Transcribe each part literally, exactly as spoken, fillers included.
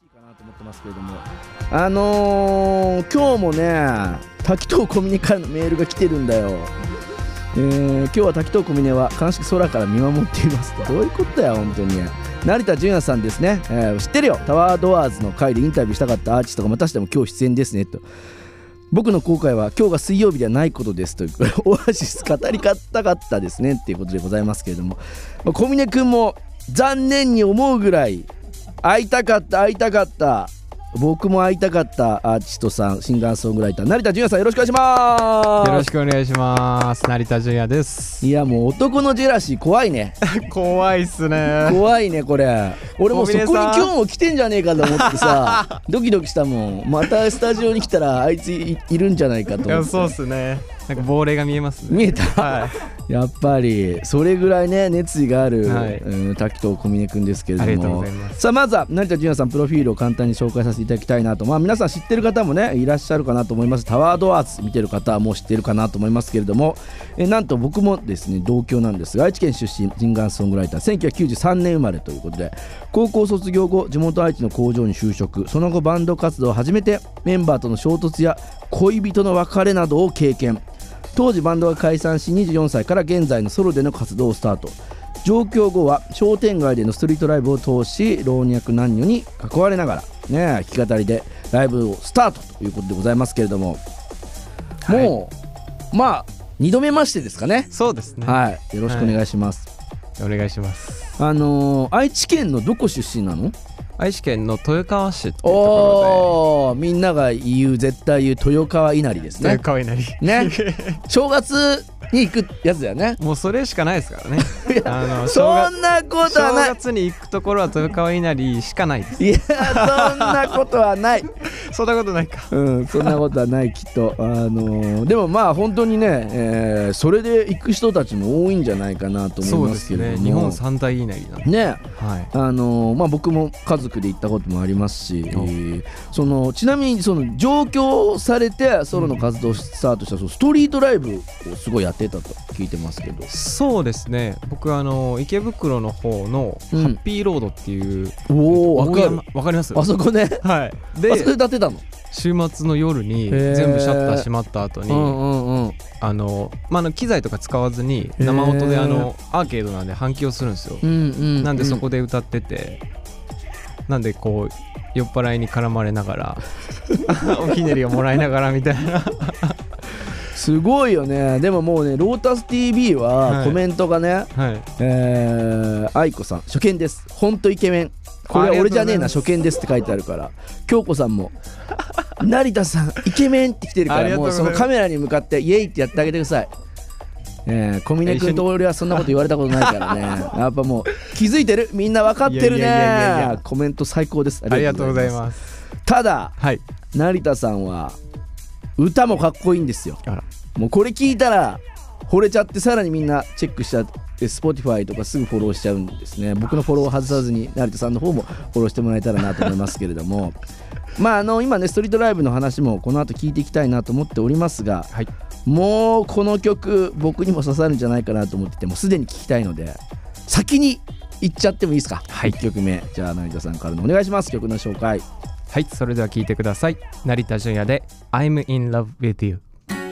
かなと思ってますけれども、あのー、今日もね滝藤小峰からのメールが来てるんだよ。えー、今日は滝藤小峰は悲しく空から見守っていますと。どういうことだよ本当に。成田純也さんですね、えー、知ってるよ。タワードアーズの回でインタビューしたかったアーティストがまたしても今日出演ですねと。僕の後悔は今日が水曜日ではないことですというオアシス語りたかったですねっていうことでございますけれども、まあ、小峰くんも残念に思うぐらい会いたかった会いたかった、僕も会いたかったアーティストさん、シンガーソングライター成田純也さん、よろしくお願いします。 よろしくお願いします。成田純也です。 いやもう男のジェラシー怖いね怖いっすね。 怖いねこれ。俺もそこに今日も来てんじゃねえかと思ってさドキドキしたもん。またスタジオに来たらあいつ い, いるんじゃないかと思って。 いやそうっすね。なんか亡霊が見えますね。 見えた、 はい、 やっぱりそれぐらいね熱意がある、 はい、 うん、滝藤小峰くんですけれども、 ありがとうございます。 さあまずは成田純也さんプロフィールを簡単に紹介させていただきたいなと。まあ皆さん知ってる方もねいらっしゃるかなと思います。タワードアーズ見てる方はもう知ってるかなと思いますけれども、えなんと僕もですね同郷なんですが、愛知県出身シンガーソングライター、せんきゅうひゃくきゅうじゅうさんねん生まれということで、高校卒業後地元愛知の工場に就職、その後バンド活動を始めてメンバーとの衝突や恋人の別れなどを経験。当時バンドが解散しにじゅうよんさいから現在のソロでの活動をスタート。上京後は商店街でのストリートライブを通し老若男女に囲われながら、ね、弾き語りでライブをスタートということでございますけれども、はい、もうまあにどめましてですかね。 そうですね、 はい、よろしくお願いします、 はい、お願いします。 あのー、愛知県のどこ出身なの？ 愛知県の豊川市っていうところで、みんなが言う絶対言う豊川稲荷ですね。 豊川稲荷ね正月に行くやつだよね。 もうそれしかないですからねあのそんなことはない。 正月に行くところは豊川稲荷しかないです。 いやそんなことはないそんなことないか。 うんそんなことはないきっと。あのー、でもまあ本当にね、えー、それで行く人たちも多いんじゃないかなと思いますけれども。 そうですね、日本三大稲荷なんでね、 はい、 あのー、まあ僕も家族で行ったこともありますし、えー、そのちなみにその上京されてソロの活動をスタートした、うん、そのストリートライブをすごいやってたと聞いてますけど。 そうですね、僕あの池袋の方のハッピーロードっていう、 うん、おお、分かる。 わかります？ あそこね。 はい。で、 あそこで立ってたの？ 週末の夜に全部シャッター閉まった後に、うんうんうん、あのまあ、あの機材とか使わずに生音であのアーケードなんで反響するんですよ、うんうんうん、なんでそこで歌ってて、なんでこう酔っ払いに絡まれながらおひねりをもらいながらみたいなすごいよね。でももうねロータス ティービー はコメントがね、はい、えー、愛子さん初見です、ほんとイケメン、これは俺じゃねえな初見ですって書いてあるから、京子さんも成田さんイケメンって来てるから、もうそのカメラに向かってイエイってやってあげてください。えー、小峰君と俺はそんなこと言われたことないからねやっぱもう気づいてる、みんな分かってるね。コメント最高です。 ありがとうございます。 ただ、 はい、 成田さんは歌もかっこいいんですよ。あら、もうこれ聞いたら惚れちゃって、さらにみんなチェックしちゃって Spotify とかすぐフォローしちゃうんですね。僕のフォローを外さずに成田さんの方もフォローしてもらえたらなと思いますけれどもまああの今ねストリートライブの話もこの後聞いていきたいなと思っておりますが、はい、もうこの曲僕にも刺さるんじゃないかなと思ってて、もうすでに聴きたいので先にいっちゃってもいいですか。はい、いっきょくめじゃあ成田さんからのお願いします。曲の紹介。 はい、それでは聴いてください。成田純也で I'm in love with you。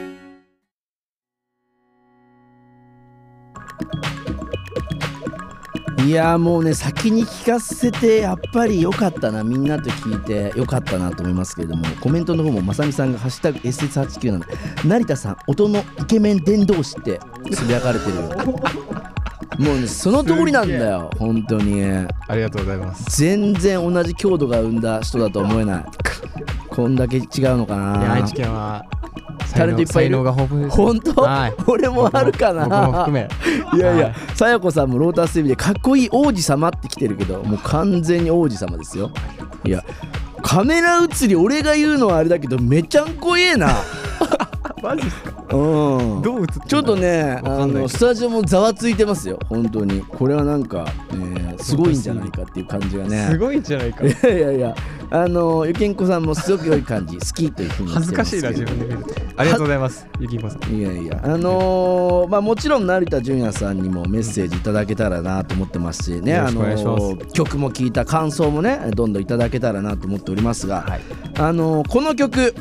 いやもうね先に聞かせてやっぱり良かったな、みんなと聞いて良かったなと思いますけれども、コメントの方もまさみさんがハッシュタグ エスエスはちきゅうなな 成田さん音のイケメン伝道師ってつぶやかれてるもうねその通りなんだよ本当に。 ありがとうございます。 全然同じ郷土が生んだ人だとは思えない。こんだけ違うのかな。 いや愛知県はタレントいっぱいいる。 才能が豊富です。 本当、はい、俺もあるかな。 僕も含めいやいや、さやこさんもロータス ティービー でかっこいい王子様って来てるけど、もう完全に王子様ですよ。いやカメラ映り俺が言うのはあれだけどめちゃんこいえなマジっすか。 うん、 どう映ってるちょっとねあのスタジオもざわついてますよ本当に。これはなんか、えー、すごいんじゃないかっていう感じがね。 すごいんじゃないか。 いやいやいやあのゆきんこさんもすごく良い感じ好きというふうに恥ずかしいな自分で見ると。ありがとうございますゆきんこさん。 いやいやあのー、まあもちろん成田純也さんにもメッセージいただけたらなと思ってますしね、あのー、曲も聴いた感想もねどんどんいただけたらなと思っておりますが、はい、あのー、この曲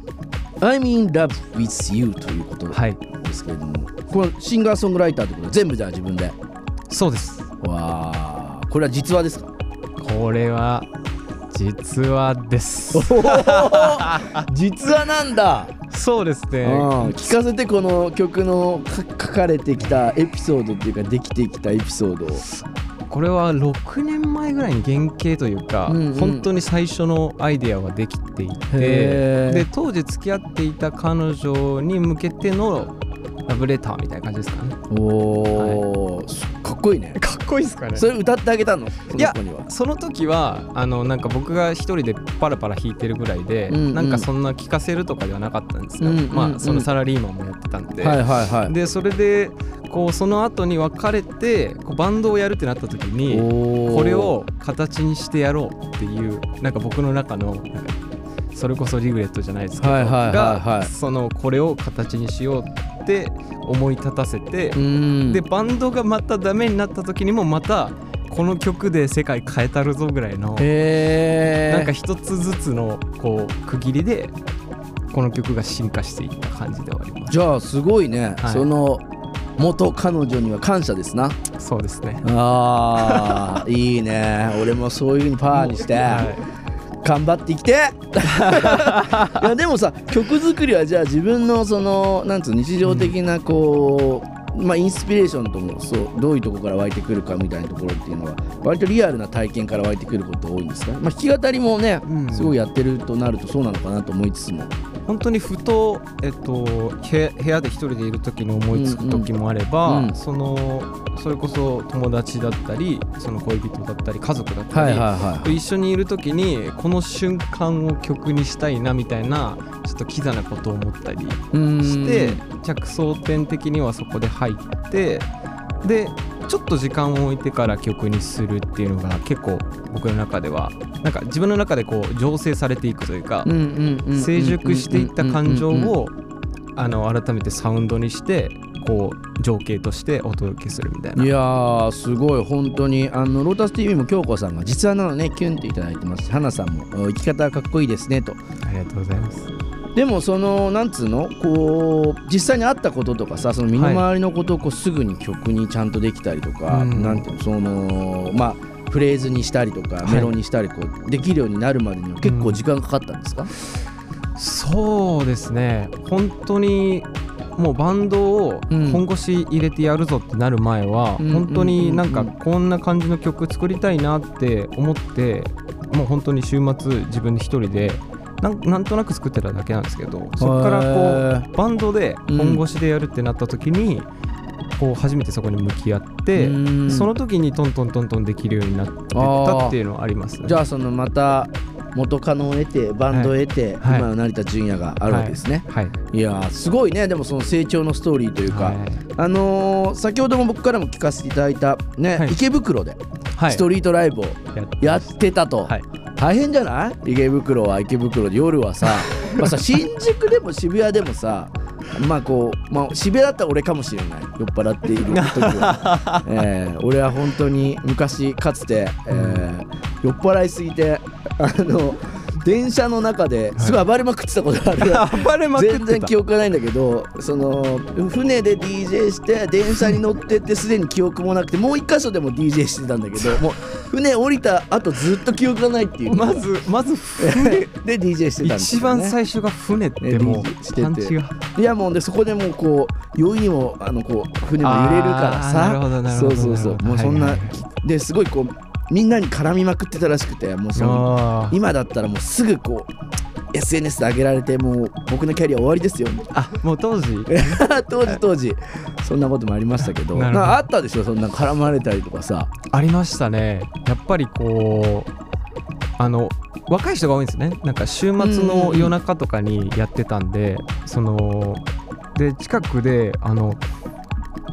I'm in love with you ということですけれども、はい、これシンガーソングライターということで全部じゃあ自分で。 そうです。 わあ、これは実話ですか？ これは実話です実話なんだ。 そうですね。 聞かせてこの曲の書かれてきたエピソードっていうかできてきたエピソードを。 これはろくねんまえぐらいに原型というか、うんうん、本当に最初のアイデアはできていて、で当時付き合っていた彼女に向けてのラブレターみたいな感じですかね。 おー、はい、かっこいいね。 かっこいいですかね。 それ歌ってあげたの？その子には。 いや、その時はあのなんか僕が一人でパラパラ弾いてるぐらいで、うんうん、なんかそんな聴かせるとかではなかったんですよ、うんうんうん、まあそのサラリーマンもやってたんで、 はいはいはい、 でそれでこうその後に別れてこうバンドをやるってなった時にこれを形にしてやろうっていうなんか僕の中のなんかそれこそリグレットじゃないですけど、はいはいはいはい、がそのこれを形にしようって思い立たせて、でバンドがまたダメになった時にもまたこの曲で世界変えたるぞぐらいの、えー、なんか一つずつのこう区切りでこの曲が進化していった感じではあります。 じゃあすごいね、はい、その元彼女には感謝ですな。 そうですね。 あーいいね。俺もそういう風にパワーにして、はい頑張って生きていやでもさ曲作りはじゃあ自分のそのなんつう日常的なこう、うん、まあインスピレーションともそうどういうところから湧いてくるかみたいなところっていうのは割とリアルな体験から湧いてくること多いんですか？まあ、弾き語りもね、うん、すごいやってるとなるとそうなのかなと思いつつも本当にふと、えっと、部屋で一人でいる時に思いつく時もあれば、うんうん、そのそれこそ友達だったりその恋人だったり家族だったり、はいはいはい、一緒にいる時にこの瞬間を曲にしたいなみたいなちょっとキザなことを思ったりして着想点的にはそこで入ってでちょっと時間を置いてから曲にするっていうのが結構僕の中ではなんか自分の中でこう醸成されていくというか成熟していった感情をあの改めてサウンドにしてこう情景としてお届けするみたいな。 いやーすごい本当にあのロータス ティーブイ も京子さんが実話なのねキュンっていただいてますし花さんも生き方かっこいいですねと。 ありがとうございます。 でもそのなんつうのこう実際にあったこととかさその身の回りのことをこうすぐに曲にちゃんとできたりとか、はい、なんていうのそのまあフレーズにしたりとかメロにしたりこうできるようになるまでには結構時間かかったんですか？ うん、そうですね本当にもうバンドを本腰入れてやるぞってなる前は、うん、本当になんかこんな感じの曲作りたいなって思ってもう本当に週末自分で一人でな ん, なんとなく作ってただけなんですけどそこからこうバンドで本腰でやるってなった時に、うん、こう初めてそこに向き合ってその時にトントントントンできるようになってったっていうのはありますね。 じゃあそのまた元カノを得てバンドを得て、はい、今の成田純也があるわけですね、はいはい、いやーすごいね。でもその成長のストーリーというか、はい、あのー、先ほども僕からも聞かせていただいた、ねはい、池袋でストリートライブをやってたと、はい、大変じゃない？池袋は池袋で夜はさまあさ新宿でも渋谷でもさまあこう、まあ、渋谷だったら俺かもしれない酔っ払っている時は、えー、俺は本当に昔かつて、えー、酔っ払いすぎてあの電車の中ですごい暴れまくってたことがある、 はい、暴れまくってた。 全然記憶がないんだけどその船で ディージェー して電車に乗ってってすでに記憶もなくてもう一箇所でも ディージェー してたんだけどもう船降りた後ずっと記憶がないっていうまずまず船で ディージェー してたんですよね。 一番最初が船ってもうパンチがいやもうでそこでもうこう酔いにもあのこう船も揺れるからさなるほどなるほどそうそうそうもうそんな、はいはい、ですごいこうみんなに絡みまくってたらしくてもうその今だったらもうすぐこう エスエヌエス で上げられてもう僕のキャリア終わりですよ。 あもう当時当時当時そんなこともありましたけどなんかあったでしょそんな絡まれたりとかさ。 ありましたね。やっぱりこうあの若い人が多いんですね。なんか週末の夜中とかにやってたんでそので近くであの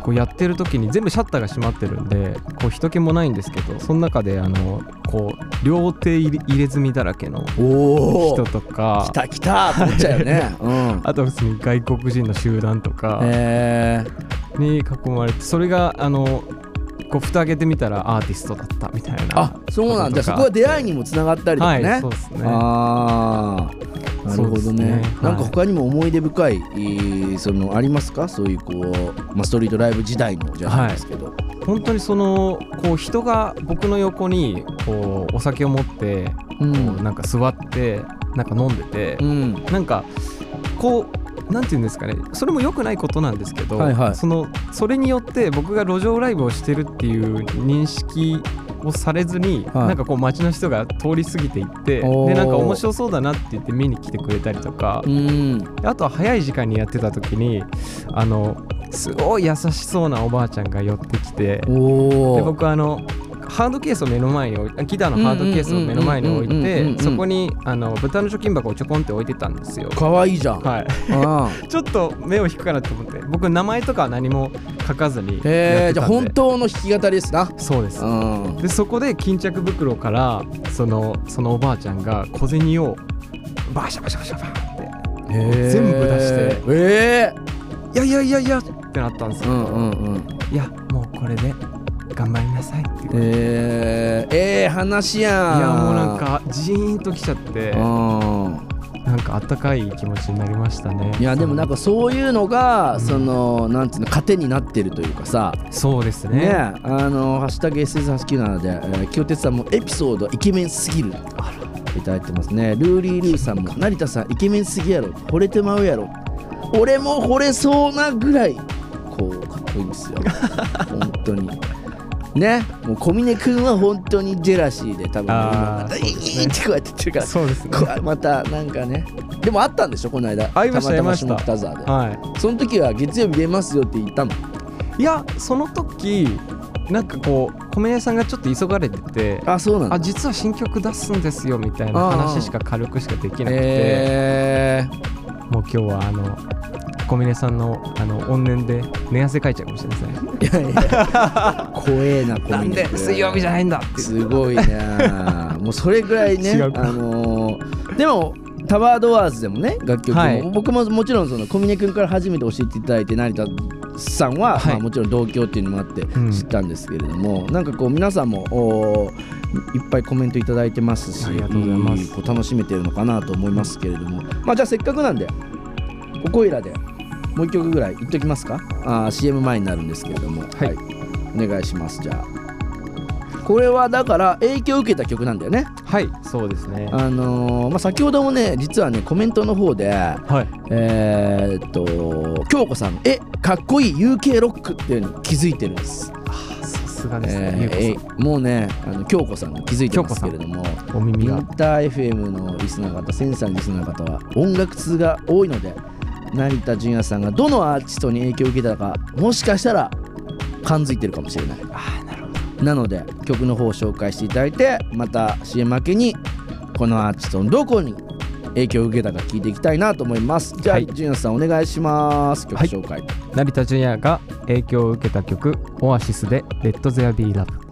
こうやってる時に全部シャッターが閉まってるんでこう人気もないんですけど、その中であのこう両手入れ入れ墨だらけの人とか、 来た来たと思っちゃうよね、うん、 あと普通に外国人の集団とかに囲まれて、それがあのこう蓋開けてみたらアーティストだったみたいな。 あ、そうなんだ。そこは出会いにもつながったりとかね。 はい、そうですね。 ああ、なるほどね。ね、なんか他にも思い出深い、はい、そのありますか？そういうこう、まあ、ストリートライブ時代のじゃないですけど、はい、 本当にそのこう人が僕の横にこうお酒を持って、うん、こうなんか座ってなんか飲んでて、うん、なんかこうなんていうんですかね、それも良くないことなんですけど、はいはい、そのそれによって僕が路上ライブをしてるっていう認識をされずに、はい、なんかこう街の人が通り過ぎていってでなんか面白そうだなって言って見に来てくれたりとか、うん、あとは早い時間にやってた時にあのすごい優しそうなおばあちゃんが寄ってきて、で僕あのハードケースを目の前に置いギターのハードケースを目の前に置いて、そこにあの豚の貯金箱をちょこんって置いてたんですよ。 かわいいじゃん。 はい。ちょっと目を引くかなと思って、僕名前とかは何も書かずにやってたんで。へー、じゃあ本当の弾き語りですな。 そうです。でそこで巾着袋からそのそのおばあちゃんが小銭をバシャバシャバシャバーって全部出して、えー、いやいやいやいやってなったんですよ。うんうんうん、いやもうこれで頑張りなさいっていう。 えー、えー、話やん。 いやもうなんかジーンときちゃって、なんかあったかい気持ちになりましたね。 いやでもなんかそういうのが、うん、そのなんていうの糧になってるというかさ。 そうですね。 ね、あのハッシュタグ エスエスはちきゅうなな で、えー、清哲さんもエピソードイケメンすぎるいただいてますね。ルーリールーさんも成田さんイケメンすぎやろ、惚れてまうやろ。俺も惚れそうなぐらいこうかっこいいんですよ本当にね。もう小峰君は本当にジェラシーで多分今またいいってこうやって言ってるから、 そうですね、 またなんかね。でもあったんでしょこの間。 ありました、 たまたま下北沢で、はい、その時は月曜日出ますよって言ったの？ いやその時なんかこう小峰さんがちょっと急がれてて、 あ、そうなんだ、 あ実は新曲出すんですよみたいな話しか軽くしかできなくて、 えー、もう今日はあの小峰さんのあの怨念で寝汗かいちゃうかもしれません。いやいや怖えな小峰君。 なんで水曜日じゃないんだってすごいなもうそれぐらいねあのー、でもタワードアーズでもね楽曲も、はい、僕ももちろんその小峰君から初めて教えていただいて成田さんは、はい、まあ、もちろん同郷っていうのもあって知ったんですけれども、うん、なんかこう皆さんもいっぱいコメントいただいてますし、 ありがとうございます。 こう楽しめてるのかなと思いますけれども、まあ、じゃあせっかくなんでここいらでもう一曲ぐらい言っときますか。あ シーエム 前になるんですけれども、はい、はい、お願いします。じゃあこれはだから影響を受けた曲なんだよね。 はい、そうですね。 あのーまあ、先ほどもね実はねコメントの方で、はい、えー、っと京子さんえかっこいい ユーケー ロックっていうのに気づいてるんです。 あ、さすがですね、 えー、もうねあの京子さんが気づいてますけれども、 お耳がインター エフエム のリスナー方、センサーのリスナー方は音楽通が多いので、成田純也さんがどのアーティストに影響を受けたかもしかしたら感づいてるかもしれない。 あー、なるほど。 なので曲の方を紹介していただいて、また シーエム 明けにこのアーティストのどこに影響を受けたか聞いていきたいなと思います。じゃあ、はい、純也さんお願いします。曲紹介、はい、 成田純也が影響を受けた曲オアシスでレッドゼアビーラブ。